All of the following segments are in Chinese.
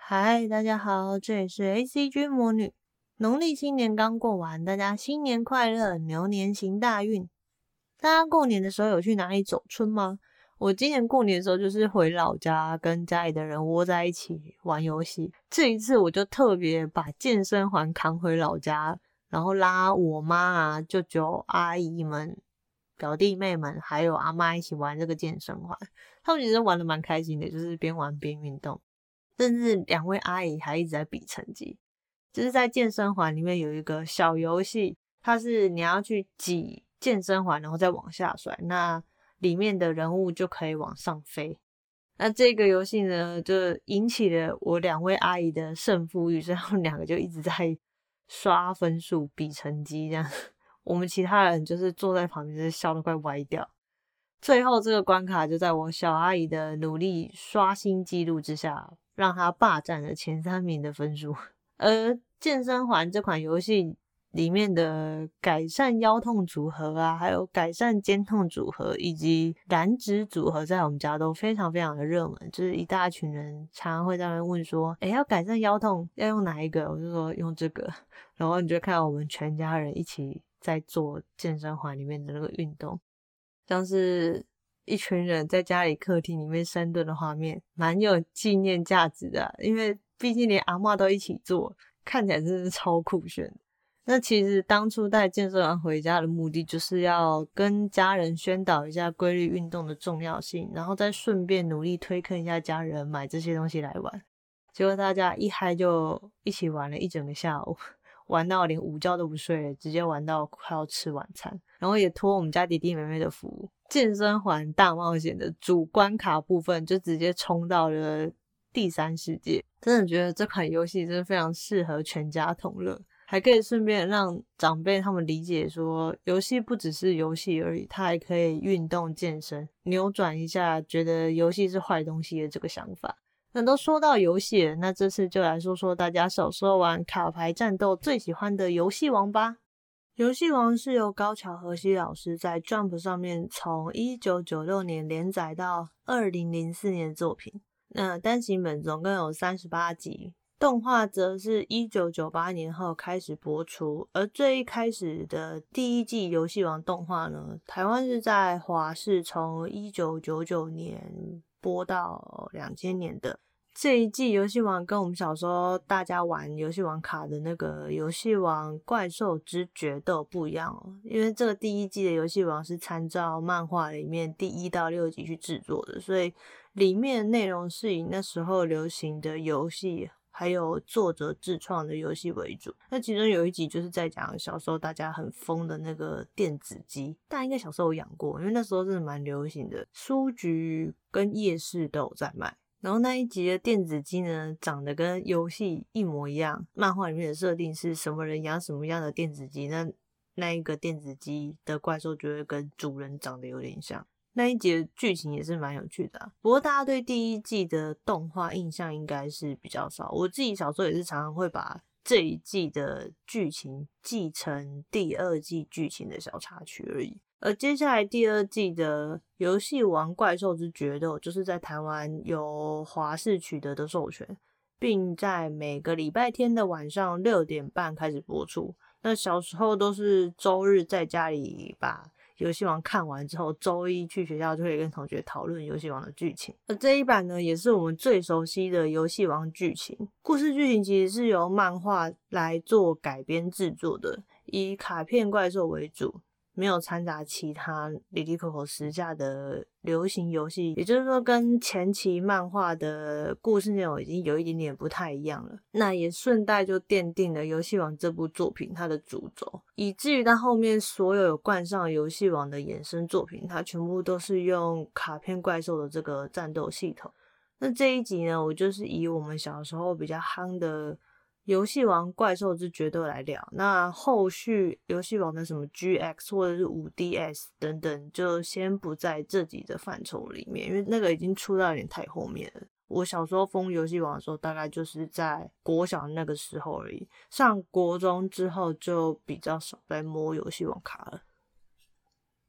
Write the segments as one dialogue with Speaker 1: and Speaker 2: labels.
Speaker 1: 嗨，大家好，这里是 ACG 魔女。农历新年刚过完，大家新年快乐，牛年行大运。大家过年的时候有去哪里走春吗？我今年过年的时候就是回老家，跟家里的人窝在一起玩游戏。这一次我就特别把健身环扛回老家，然后拉我妈啊、舅舅、阿姨们、表弟妹们，还有阿妈一起玩这个健身环。他们其实玩得蛮开心的，就是边玩边运动。甚至两位阿姨还一直在比成绩，就是在健身环里面有一个小游戏，它是你要去挤健身环，然后再往下甩，那里面的人物就可以往上飞。那这个游戏呢，就引起了我两位阿姨的胜负欲，所以他们两个就一直在刷分数、比成绩这样。我们其他人就是坐在旁边，就是笑得快歪掉。最后这个关卡就在我小阿姨的努力刷新纪录之下，让她霸占了前3名的分数。而健身环这款游戏里面的改善腰痛组合啊，还有改善肩痛组合以及燃脂组合，在我们家都非常非常的热门，就是一大群人常常会在那边问说，要改善腰痛要用哪一个？我就说用这个，然后你就看到我们全家人一起在做健身环里面的那个运动。像是一群人在家里客厅里面深蹲的画面，蛮有纪念价值的因为毕竟连阿嬷都一起做，看起来真是超酷炫的。那其实当初带健身环回家的目的，就是要跟家人宣导一下规律运动的重要性，然后再顺便努力推坑一下家人买这些东西来玩。结果大家一嗨就一起玩了一整个下午，玩到连午觉都不睡了，直接玩到快要吃晚餐。然后也托我们家弟弟妹妹的福，健身环大冒险的主关卡部分就直接冲到了第3世界。真的觉得这款游戏真的非常适合全家同乐，还可以顺便让长辈他们理解说，游戏不只是游戏而已，它还可以运动健身，扭转一下觉得游戏是坏东西的这个想法。那都说到游戏了，那这次就来说说大家小时候玩卡牌战斗最喜欢的游戏王吧。游戏王是由高桥和希老师在 Jump 上面从1996年连载到2004年的作品。那单行本总共有38集，动画则是1998年后开始播出。而最一开始的第1季游戏王动画呢，台湾是在华视从1999年播到2000年的。这一季游戏王跟我们小时候大家玩游戏王卡的那个游戏王怪兽之决斗不一样因为这个第1季的游戏王是参照漫画里面第1到6集去制作的，所以里面的内容是以那时候流行的游戏还有作者自创的游戏为主。那其中有一集就是在讲小时候大家很疯的那个电子鸡，大家应该小时候有养过，因为那时候真的蛮流行的，书局跟夜市都有在卖。然后那一集的电子鸡呢，长得跟游戏一模一样，漫画里面的设定是什么人养什么样的电子鸡，那一个电子鸡的怪兽就会跟主人长得有点像。那一集的剧情也是蛮有趣的不过大家对第1季的动画印象应该是比较少，我自己小时候也是常常会把这一季的剧情继承第2季剧情的小插曲而已。而接下来第2季的游戏王怪兽之决斗就是在台湾由华视取得的授权，并在每个礼拜天的晚上6点半开始播出。那小时候都是周日在家里把游戏王看完之后，周一去学校就会跟同学讨论游戏王的剧情。而这一版呢，也是我们最熟悉的游戏王剧情。故事剧情其实是由漫画来做改编制作的，以卡片怪兽为主，没有掺杂其他里里口口时下的流行游戏，也就是说跟前期漫画的故事内容已经有一点点不太一样了。那也顺带就奠定了游戏王这部作品它的主轴，以至于它后面所有冠上游戏王的衍生作品，它全部都是用卡片怪兽的这个战斗系统。那这一集呢，我就是以我们小时候比较夯的游戏王怪兽之决斗来聊，那后续游戏王的什么 GX 或者是 5DS 等等就先不在这集的范畴里面，因为那个已经出到有点太后面了。我小时候疯游戏王的时候大概就是在国小那个时候而已，上国中之后就比较少在摸游戏王卡了。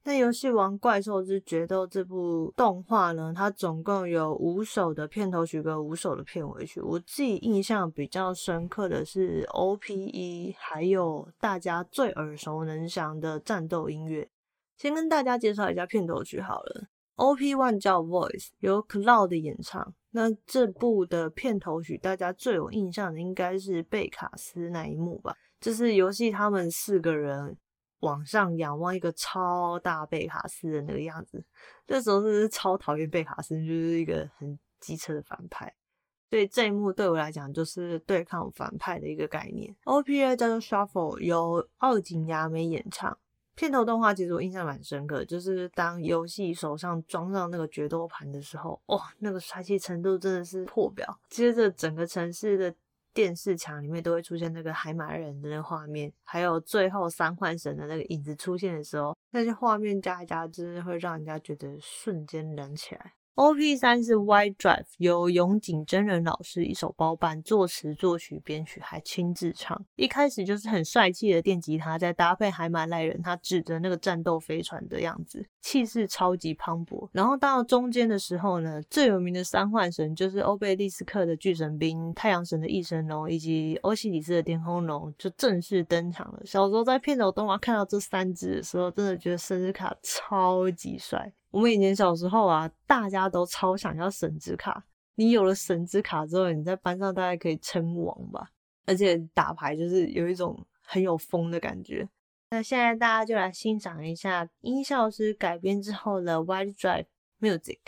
Speaker 1: 那游戏王怪兽之决斗这部动画呢，它总共有5首的片头曲跟5首的片尾曲。我自己印象比较深刻的是 OPE， 还有大家最耳熟能详的战斗音乐。先跟大家介绍一下片头曲好了。OP1 叫 Voice， 由 Cloud 演唱。那这部的片头曲大家最有印象的应该是贝卡斯那一幕吧，就是游戏他们4个人往上仰望一个超大贝卡斯的那个样子，这时候真的是超讨厌贝卡斯，就是一个很机车的反派，所以这一幕对我来讲就是对抗反派的一个概念。OP2 叫做 Shuffle， 由奥井雅美演唱。片头动画其实我印象蛮深刻，就是当游戏手上装上那个决斗盘的时候，哇，那个帅气程度真的是破表。接着整个城市的电视墙里面都会出现那个海马人的那个画面，还有最后三幻神的那个影子出现的时候，那些画面加一加，真的会让人家觉得瞬间燃起来。OP3 是 White Drive， 由永井真人老师一手包办，作词作曲编曲还亲自唱。一开始就是很帅气的电吉他，再搭配海马赖人他指着那个战斗飞船的样子，气势超级磅礴。然后到中间的时候呢，最有名的三幻神就是欧贝利斯克的巨神兵、太阳神的翼神龙以及欧西里斯的天空龙就正式登场了。小时候在片头动画看到这3只的时候，真的觉得神之卡超级帅。我们以前小时候啊，大家都超想要神之卡。你有了神之卡之后，你在班上大概可以称王吧，而且打牌就是有一种很有风的感觉。那现在大家就来欣赏一下音效师改编之后的 White Drive Music。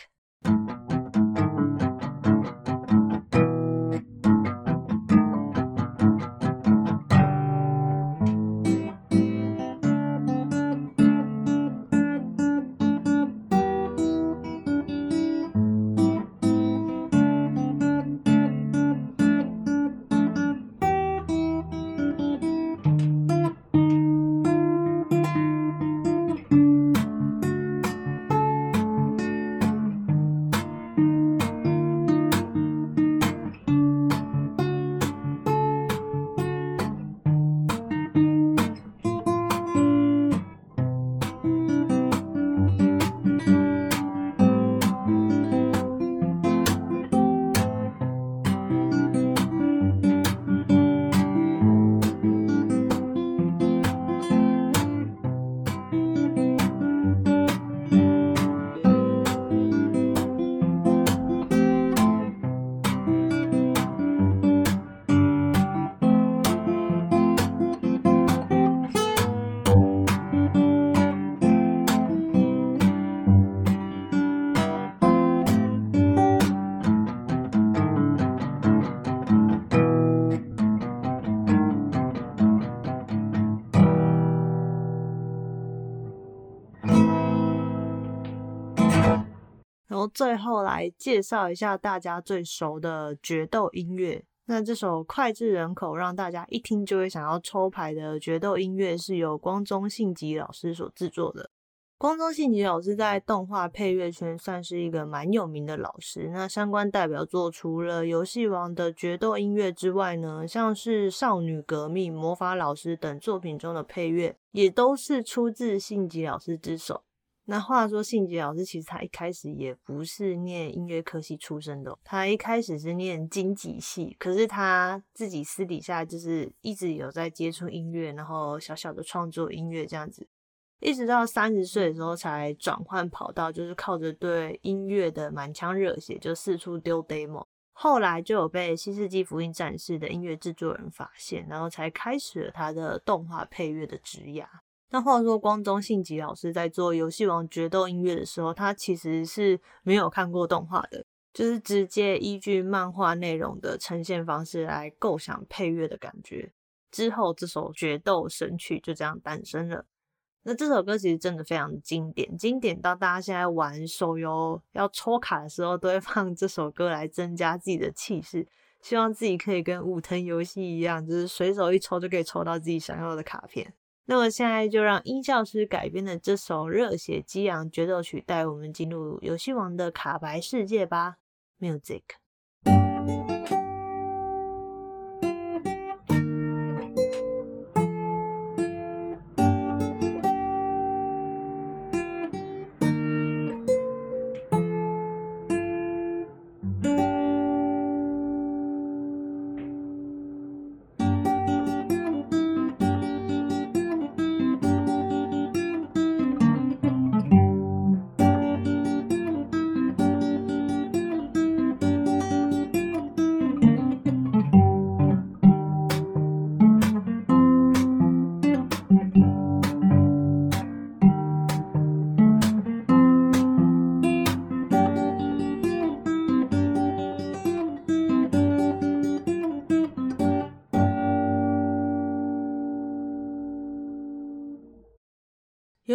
Speaker 1: 然后最后来介绍一下大家最熟的决斗音乐。那这首脍炙人口让大家一听就会想要抽牌的决斗音乐是由光宗信吉老师所制作的。光宗信吉老师在动画配乐圈算是一个蛮有名的老师，那相关代表作除了游戏王的决斗音乐之外呢，像是少女革命、魔法老师等作品中的配乐也都是出自信吉老师之手。那话说信吉老师其实他一开始也不是念音乐科系出身的，他一开始是念经济系，可是他自己私底下就是一直有在接触音乐，然后小小的创作音乐这样子，一直到30岁的时候才转换跑道，就是靠着对音乐的满腔热血就四处丢 demo， 后来就有被新世纪福音战士的音乐制作人发现，然后才开始了他的动画配乐的职涯。那话说光宗信吉老师在做游戏王决斗音乐的时候，他其实是没有看过动画的，就是直接依据漫画内容的呈现方式来构想配乐的感觉。之后这首决斗神曲就这样诞生了。那这首歌其实真的非常的经典，经典到大家现在玩手游要抽卡的时候都会放这首歌来增加自己的气势，希望自己可以跟武藤游戏一样，就是随手一抽就可以抽到自己想要的卡片。那么现在就让音效师改编的这首热血激昂决斗曲带我们进入游戏王的卡牌世界吧。 Music。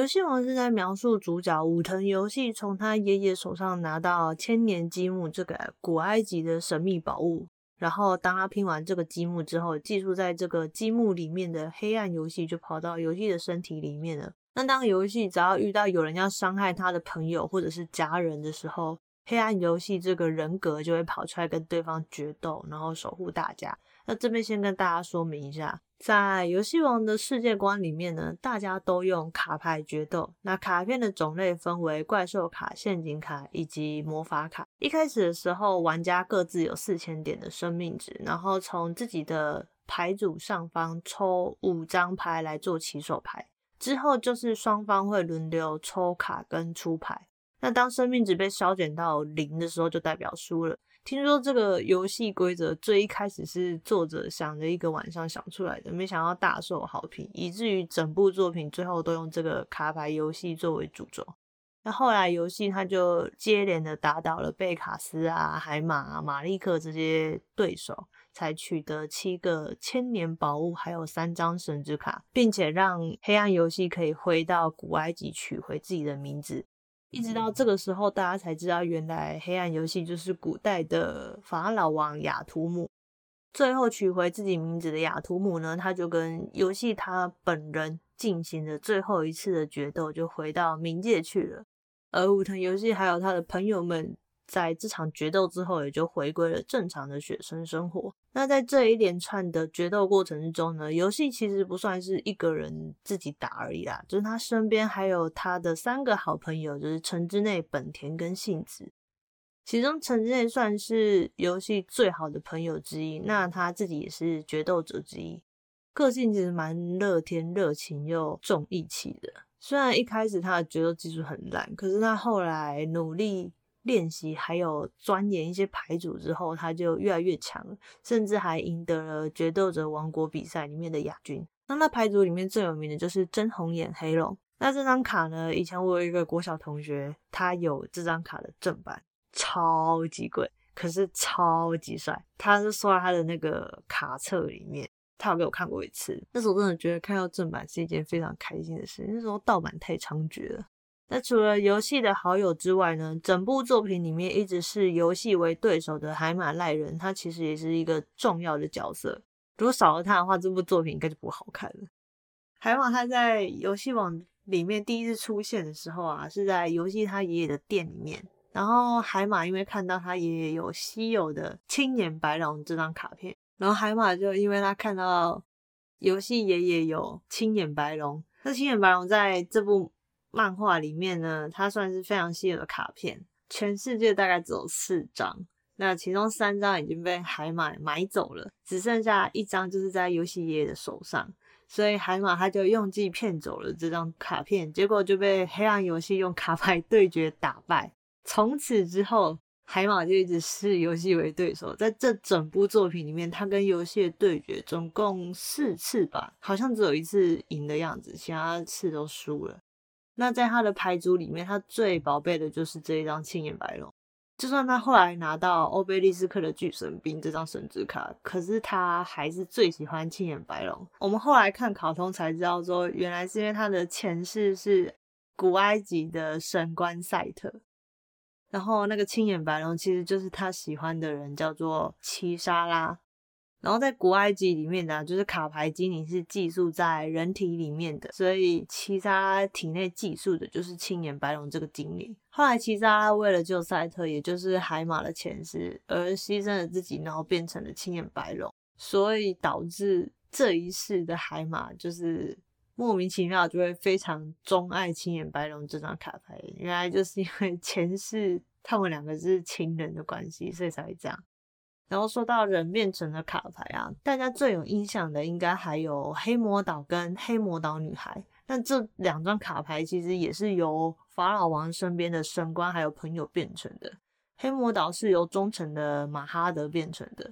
Speaker 1: 游戏王是在描述主角武藤游戏从他爷爷手上拿到千年积木这个古埃及的神秘宝物，然后当他拼完这个积木之后，寄宿在这个积木里面的黑暗游戏就跑到游戏的身体里面了。那当游戏只要遇到有人要伤害他的朋友或者是家人的时候，黑暗游戏这个人格就会跑出来跟对方决斗，然后守护大家。那这边先跟大家说明一下，在游戏王的世界观里面呢，大家都用卡牌决斗。那卡片的种类分为怪兽卡、陷阱卡以及魔法卡。一开始的时候，玩家各自有4000点的生命值，然后从自己的牌组上方抽5张牌来做起手牌。之后就是双方会轮流抽卡跟出牌，那当生命值被削减到0的时候就代表输了。听说这个游戏规则最一开始是作者想着一个晚上想出来的，没想到大受好评，以至于整部作品最后都用这个卡牌游戏作为主轴。那后来游戏它就接连的打倒了贝卡斯啊、海马啊、马利克这些对手，才取得7个千年宝物，还有3张神之卡，并且让黑暗游戏可以回到古埃及取回自己的名字。一直到这个时候，大家才知道原来黑暗游戏就是古代的法老王雅图姆。最后取回自己名字的雅图姆呢，他就跟游戏他本人进行了最后一次的决斗，就回到冥界去了。而武藤游戏还有他的朋友们在这场决斗之后也就回归了正常的学生生活。那在这一连串的决斗过程之中呢，游戏其实不算是一个人自己打而已啦，就是他身边还有他的3个好朋友，就是城之内、本田跟幸子。其中城之内算是游戏最好的朋友之一，那他自己也是决斗者之一，个性其实蛮乐天、热情又重义气的。虽然一开始他的决斗技术很烂，可是他后来努力练习还有钻研一些牌组之后，他就越来越强了，甚至还赢得了决斗者王国比赛里面的亚军。那牌组里面最有名的就是真红眼黑龙。那这张卡呢，以前我有一个国小同学，他有这张卡的正版，超级贵，可是超级帅。他是说在他的那个卡册里面，他有给我看过一次，那时候真的觉得看到正版是一件非常开心的事，那时候盗版太猖獗了。那除了游戏的好友之外呢，整部作品里面一直是游戏为对手的海马赖人，他其实也是一个重要的角色。如果少了他的话，这部作品应该就不好看了。海马他在游戏王里面第一次出现的时候啊，是在游戏他爷爷的店里面。然后海马因为看到他爷爷有稀有的青眼白龙这张卡片，然后海马就因为他看到游戏爷爷有青眼白龙，那青眼白龙在这部漫画里面呢，它算是非常稀有的卡片，全世界大概只有4张，那其中3张已经被海马买走了，只剩下1张就是在游戏爷爷的手上，所以海马他就用计骗走了这张卡片，结果就被黑暗游戏用卡牌对决打败。从此之后，海马就一直视游戏为对手，在这整部作品里面，他跟游戏的对决总共4次吧，好像只有1次赢的样子，其他次都输了。那在他的牌组里面，他最宝贝的就是这一张青眼白龙。就算他后来拿到欧贝利斯克的巨神兵这张神之卡，可是他还是最喜欢青眼白龙。我们后来看卡通才知道说，原来是因为他的前世是古埃及的神官赛特，然后那个青眼白龙其实就是他喜欢的人，叫做奇莎拉。然后在古埃及里面呢，就是卡牌精灵是寄宿在人体里面的，所以奇莎拉体内寄宿的就是青眼白龙这个精灵。后来奇莎拉为了救赛特，也就是海马的前世，而牺牲了自己，然后变成了青眼白龙，所以导致这一世的海马就是莫名其妙就会非常钟爱青眼白龙这张卡牌，原来就是因为前世他们2个是亲人的关系，所以才会这样。然后说到人变成的卡牌啊，大家最有印象的应该还有黑魔岛跟黑魔岛女孩。那这2张卡牌其实也是由法老王身边的神官还有朋友变成的。黑魔岛是由忠诚的马哈德变成的，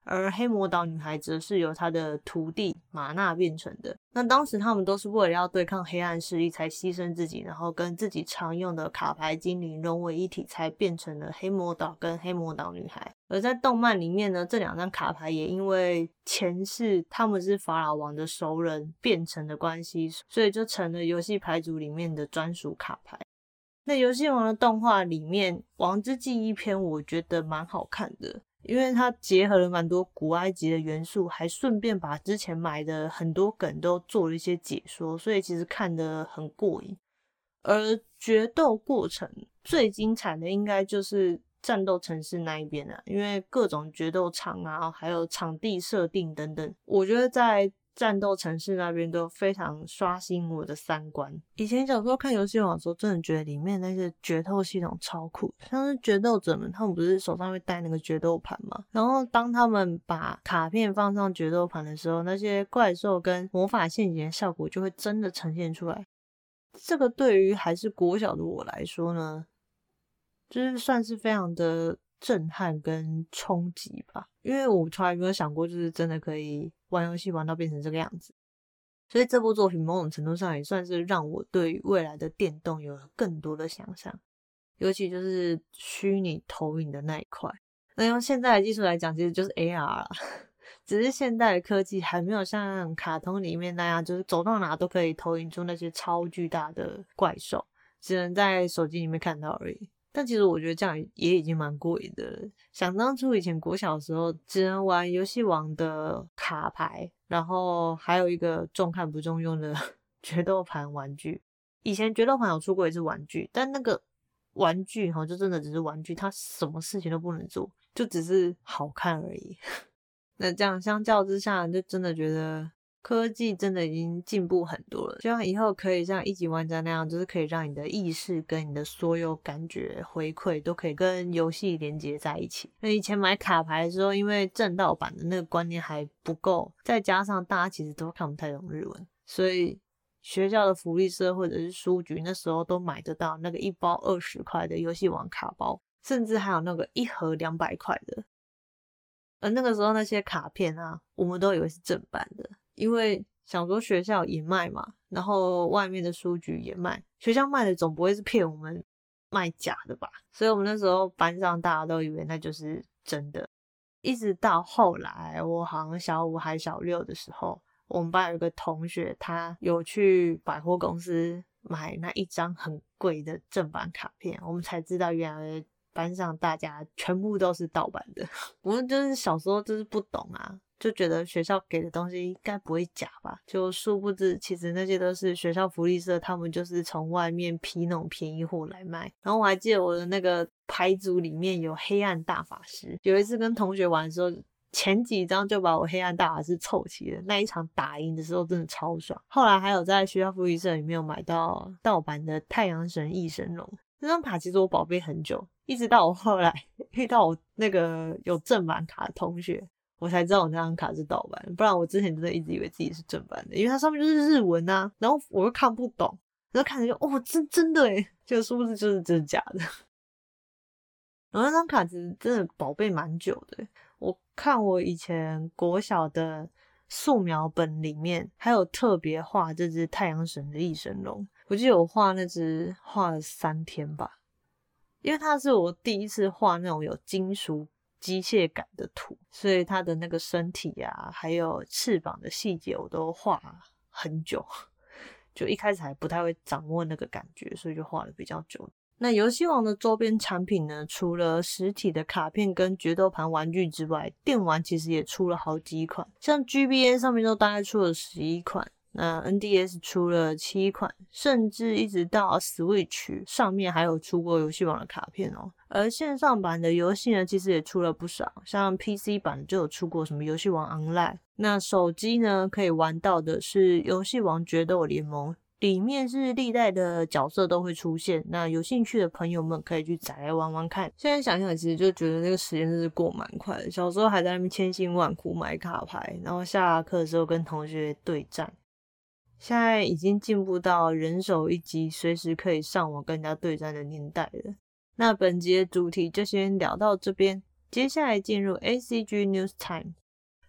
Speaker 1: 而黑魔岛女孩则是由她的徒弟玛娜变成的。那当时他们都是为了要对抗黑暗势力才牺牲自己，然后跟自己常用的卡牌精灵融为一体，才变成了黑魔岛跟黑魔岛女孩。而在动漫里面呢，这2张卡牌也因为前世他们是法老王的熟人变成的关系，所以就成了游戏牌组里面的专属卡牌。那游戏王的动画里面，王之记忆篇我觉得蛮好看的，因为它结合了蛮多古埃及的元素，还顺便把之前买的很多梗都做了一些解说，所以其实看得很过瘾。而决斗过程最精彩的应该就是战斗城市那一边啊，因为各种决斗场啊，还有场地设定等等，我觉得在战斗城市那边都非常刷新我的三观。以前小时候看游戏王的时候，真的觉得里面那些决斗系统超酷，像是决斗者们，他们不是手上会带那个决斗盘吗？然后当他们把卡片放上决斗盘的时候，那些怪兽跟魔法陷阱的效果就会真的呈现出来。这个对于还是国小的我来说呢，就是算是非常的震撼跟冲击吧，因为我从来没有想过就是真的可以玩游戏玩到变成这个样子，所以这部作品某种程度上也算是让我对于未来的电动有了更多的想象，尤其就是虚拟投影的那一块。那用现在的技术来讲，其实就是 AR 啦，只是现代的科技还没有像卡通里面那样，就是走到哪都可以投影出那些超巨大的怪兽，只能在手机里面看到而已。但其实我觉得这样也已经蛮过瘾的了。想当初以前国小的时候，只能玩游戏王的卡牌，然后还有一个重看不重用的决斗盘玩具。以前决斗盘有出过一次玩具，但那个玩具就真的只是玩具，它什么事情都不能做，就只是好看而已。那这样相较之下，就真的觉得科技真的已经进步很多了，希望以后可以像一级玩家那样，就是可以让你的意识跟你的所有感觉回馈都可以跟游戏连接在一起。那以前买卡牌的时候，因为正盗版的那个观念还不够，再加上大家其实都看不太懂日文，所以学校的福利社或者是书局那时候都买得到那个1包20块的游戏王卡包，甚至还有那个1盒200块的。而那个时候那些卡片啊，我们都以为是正版的，因为想说学校也卖嘛，然后外面的书局也卖，学校卖的总不会是骗我们卖假的吧？所以我们那时候班上大家都以为那就是真的。一直到后来我好像小5还小6的时候，我们班有一个同学，他有去百货公司买那一张很贵的正版卡片，我们才知道原来班上大家全部都是盗版的。我们就是小时候就是不懂啊，就觉得学校给的东西应该不会假吧，就殊不知其实那些都是学校福利社，他们就是从外面批那种便宜货来卖。然后我还记得我的那个牌组里面有黑暗大法师，有一次跟同学玩的时候，前几张就把我黑暗大法师凑齐了，那一场打赢的时候真的超爽。后来还有在学校福利社里面有买到盗版的太阳神翼神龙，这张卡其实我宝贝很久，一直到我后来遇到我那个有正版卡的同学，我才知道我那张卡是盗版，不然我之前真的一直以为自己是正版的，因为它上面就是日文啊，然后我又看不懂，然后看着就真的耶，就殊不知就是真的假的。然后那张卡其实真的宝贝蛮久的，我看我以前国小的素描本里面还有特别画这只太阳神的翼神龙，我记得我画那只画了3天吧，因为它是我第一次画那种有金属机械感的图，所以它的那个身体啊还有翅膀的细节我都画很久，就一开始还不太会掌握那个感觉，所以就画了比较久。那游戏王的周边产品呢，除了实体的卡片跟决斗盘玩具之外，电玩其实也出了好几款，像 GBA 上面都大概出了11款，那 NDS 出了7款，甚至一直到 Switch 上面还有出过游戏王的卡片哦。而线上版的游戏呢，其实也出了不少，像 PC 版就有出过什么游戏王 Online， 那手机呢可以玩到的是游戏王决斗联盟，里面是历代的角色都会出现，那有兴趣的朋友们可以去载来玩玩看。现在想想其实就觉得那个时间真是过蛮快的，小时候还在那边千辛万苦买卡牌，然后下课的时候跟同学对战，现在已经进步到人手一机，随时可以上网跟人家对战的年代了。那本集的主题就先聊到这边，接下来进入 ACG News Time。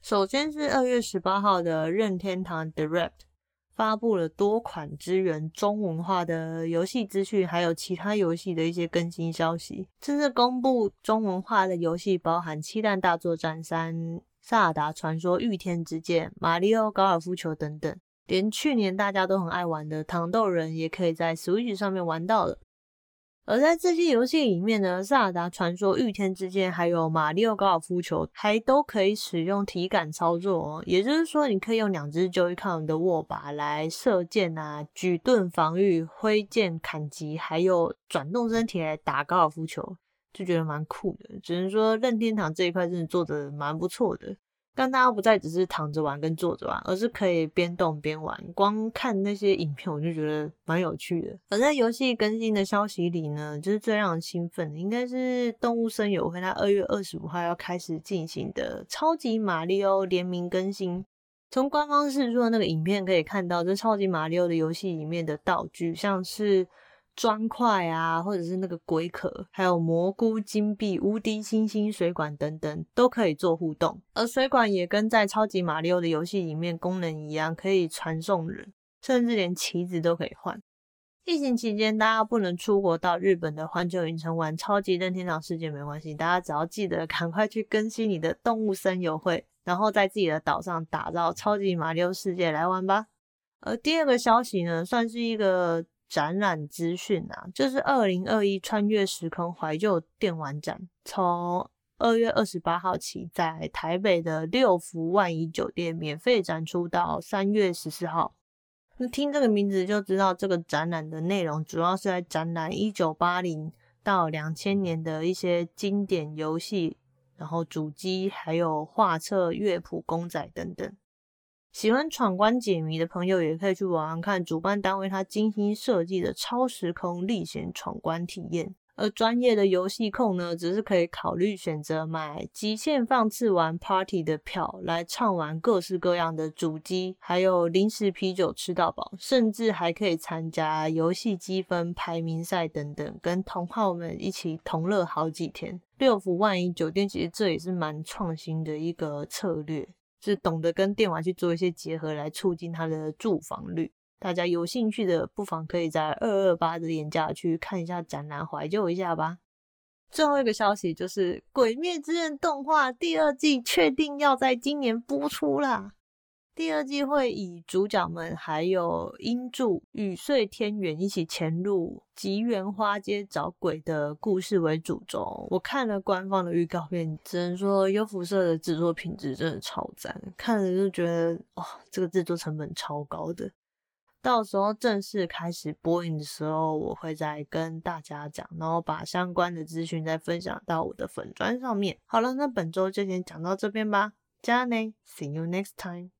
Speaker 1: 首先是2月18号的任天堂 Direct， 发布了多款支援中文化的游戏资讯，还有其他游戏的一些更新消息。这次公布中文化的游戏包含《漆弹大作战3》、《萨尔达传说：御天之剑》、《马里奥高尔夫球》等等，连去年大家都很爱玩的糖豆人也可以在 Switch 上面玩到了。而在这些游戏里面呢，萨尔达传说御天之剑还有马里奥高尔夫球还都可以使用体感操作哦，也就是说你可以用2只 Joy-Con 的握把来射箭啊、举盾防御、挥剑砍击，还有转动身体来打高尔夫球，就觉得蛮酷的。只能说任天堂这一块真的做得蛮不错的，让大家不再只是躺着玩跟坐着玩，而是可以边动边玩。光看那些影片我就觉得蛮有趣的。而在游戏更新的消息里呢，就是最让人兴奋的应该是动物森友会它2月25号要开始进行的超级马里奥联名更新。从官方释出的那个影片可以看到，这超级马里奥的游戏里面的道具，像是砖块啊，或者是那个龟壳，还有蘑菇、金币、无敌星星、水管等等，都可以做互动。而水管也跟在超级马里奥的游戏里面功能一样，可以传送人，甚至连旗子都可以换。疫情期间大家不能出国到日本的环球影城玩超级任天堂世界没关系，大家只要记得赶快去更新你的动物森友会，然后在自己的岛上打造超级马里奥世界来玩吧。而第二个消息呢，算是一个展览资讯啊，就是2021穿越时空怀旧电玩展，从2月28号起在台北的六福万怡酒店免费展出到3月14号。那听这个名字就知道这个展览的内容主要是在展览1980到2000年的一些经典游戏，然后主机还有画册、乐谱、公仔等等。喜欢闯关解谜的朋友也可以去玩玩看主办单位他精心设计的超时空历险闯关体验。而专业的游戏控呢，只是可以考虑选择买极限放次玩 Party 的票来畅玩各式各样的主机，还有零食啤酒吃到饱，甚至还可以参加游戏积分排名赛等等，跟同好们一起同乐好几天。六福万怡酒店其实这也是蛮创新的一个策略，是懂得跟电玩去做一些结合来促进它的住房率。大家有兴趣的不妨可以在228的连假去看一下展览，怀旧一下吧。最后一个消息就是《鬼灭之刃》动画第2季确定要在今年播出啦。第2季会以主角们还有音柱、雨穗天元一起潜入吉原花街找鬼的故事为主轴。我看了官方的预告片，只能说优辐社的制作品质真的超赞，看了就觉得这个制作成本超高的。到时候正式开始播映的时候，我会再跟大家讲，然后把相关的资讯再分享到我的粉专上面。好了，那本周就先讲到这边吧，加呢 ，See you next time。